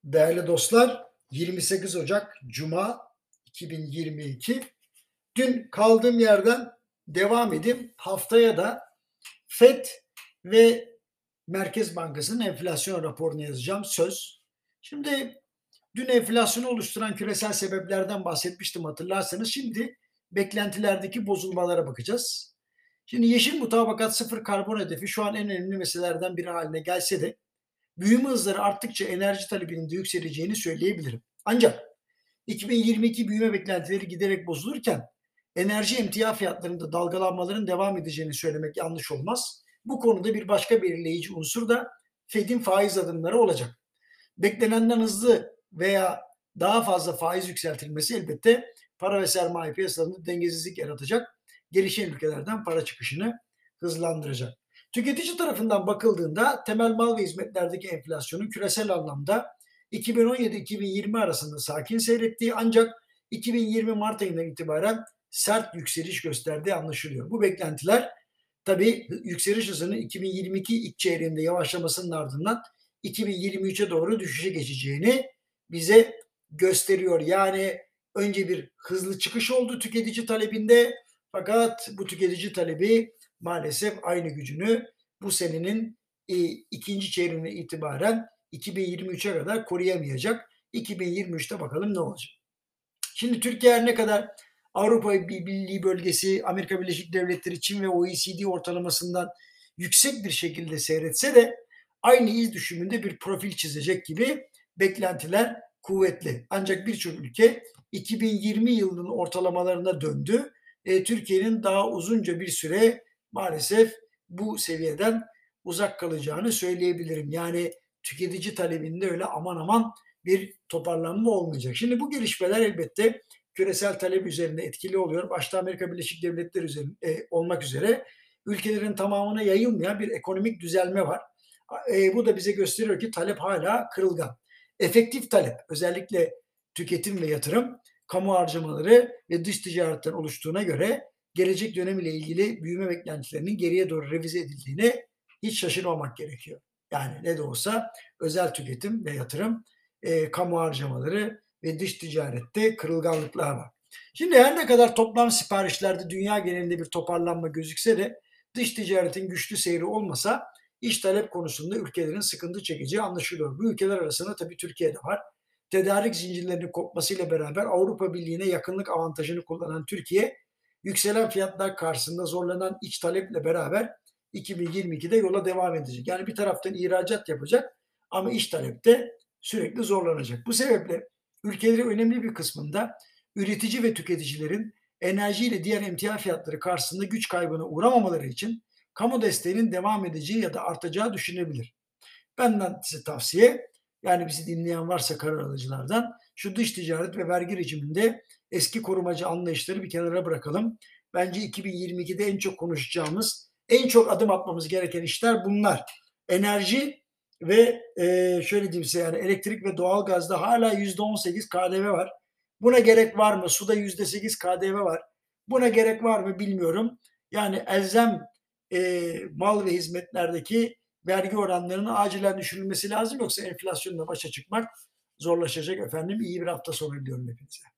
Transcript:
Değerli dostlar, 28 Ocak Cuma 2022. Dün kaldığım yerden devam edeyim. Haftaya da FED ve Merkez Bankası'nın enflasyon raporunu yazacağım. Söz. Şimdi dün enflasyonu oluşturan küresel sebeplerden bahsetmiştim hatırlarsanız. Şimdi beklentilerdeki bozulmalara bakacağız. Şimdi yeşil mutabakat sıfır karbon hedefi şu an en önemli meselelerden biri haline gelse de büyüme hızları arttıkça enerji talebinin de yükseleceğini söyleyebilirim. Ancak 2022 büyüme beklentileri giderek bozulurken enerji emtia fiyatlarında dalgalanmaların devam edeceğini söylemek yanlış olmaz. Bu konuda bir başka belirleyici unsur da Fed'in faiz adımları olacak. Beklenenden hızlı veya daha fazla faiz yükseltilmesi elbette para ve sermaye piyasalarında dengesizlik yaratacak, gelişen ülkelerden para çıkışını hızlandıracak. Tüketici tarafından bakıldığında temel mal ve hizmetlerdeki enflasyonun küresel anlamda 2017-2020 arasında sakin seyrettiği ancak 2020 Mart ayından itibaren sert yükseliş gösterdiği anlaşılıyor. Bu beklentiler tabii yükseliş hızının 2022 ilk çeyreğinde yavaşlamasının ardından 2023'e doğru düşüşe geçeceğini bize gösteriyor. Yani önce bir hızlı çıkış oldu tüketici talebinde, fakat bu tüketici talebi maalesef aynı gücünü bu senenin ikinci çeyreğine itibaren 2023'e kadar koruyamayacak. 2023'te bakalım ne olacak. Şimdi Türkiye her ne kadar Avrupa Birliği bölgesi, Amerika Birleşik Devletleri, Çin ve OECD ortalamasından yüksek bir şekilde seyretse de aynı iz düşümünde bir profil çizecek gibi beklentiler kuvvetli. Ancak birçok ülke 2020 yılının ortalamalarına döndü. Türkiye'nin daha uzunca bir süre maalesef bu seviyeden uzak kalacağını söyleyebilirim. Yani tüketici talebinde öyle aman aman bir toparlanma olmayacak. Şimdi bu gelişmeler elbette küresel talep üzerinde etkili oluyor. Başta Amerika Birleşik Devletleri üzerinde, olmak üzere ülkelerin tamamına yayılmayan bir ekonomik düzelme var. Bu da bize gösteriyor ki talep hala kırılgan. Efektif talep, özellikle tüketim ve yatırım, kamu harcamaları ve dış ticaretten oluştuğuna göre gelecek dönem ile ilgili büyüme beklentilerinin geriye doğru revize edildiğine hiç şaşırmamak gerekiyor. Yani ne de olsa özel tüketim ve yatırım, kamu harcamaları ve dış ticarette kırılganlıklar var. Şimdi her ne kadar toplam siparişlerde dünya genelinde bir toparlanma gözükse de dış ticaretin güçlü seyri olmasa iş talep konusunda ülkelerin sıkıntı çekeceği anlaşılıyor. Bu ülkeler arasında tabii Türkiye de var. Tedarik zincirlerinin kopmasıyla beraber Avrupa Birliği'ne yakınlık avantajını kullanan Türkiye, yükselen fiyatlar karşısında zorlanan iç taleple beraber 2022'de yola devam edecek. Yani bir taraftan ihracat yapacak ama iç talepte sürekli zorlanacak. Bu sebeple ülkelerin önemli bir kısmında üretici ve tüketicilerin enerji ile diğer emtia fiyatları karşısında güç kaybına uğramamaları için kamu desteğinin devam edeceği ya da artacağı düşünebilir. Benden size tavsiye, yani bizi dinleyen varsa karar alıcılardan, şu dış ticaret ve vergi rejiminde eski korumacı anlayışları bir kenara bırakalım. Bence 2022'de en çok konuşacağımız, en çok adım atmamız gereken işler bunlar. Enerji ve şöyle diyeyim size, yani elektrik ve doğalgazda hala %18 KDV var. Buna gerek var mı? Suda %8 KDV var. Buna gerek var mı bilmiyorum. Yani elzem mal ve hizmetlerdeki vergi oranlarının acilen düşürülmesi lazım. Yoksa enflasyonla başa çıkmak zorlaşacak efendim. İyi bir hafta sonu diliyorum hepinize.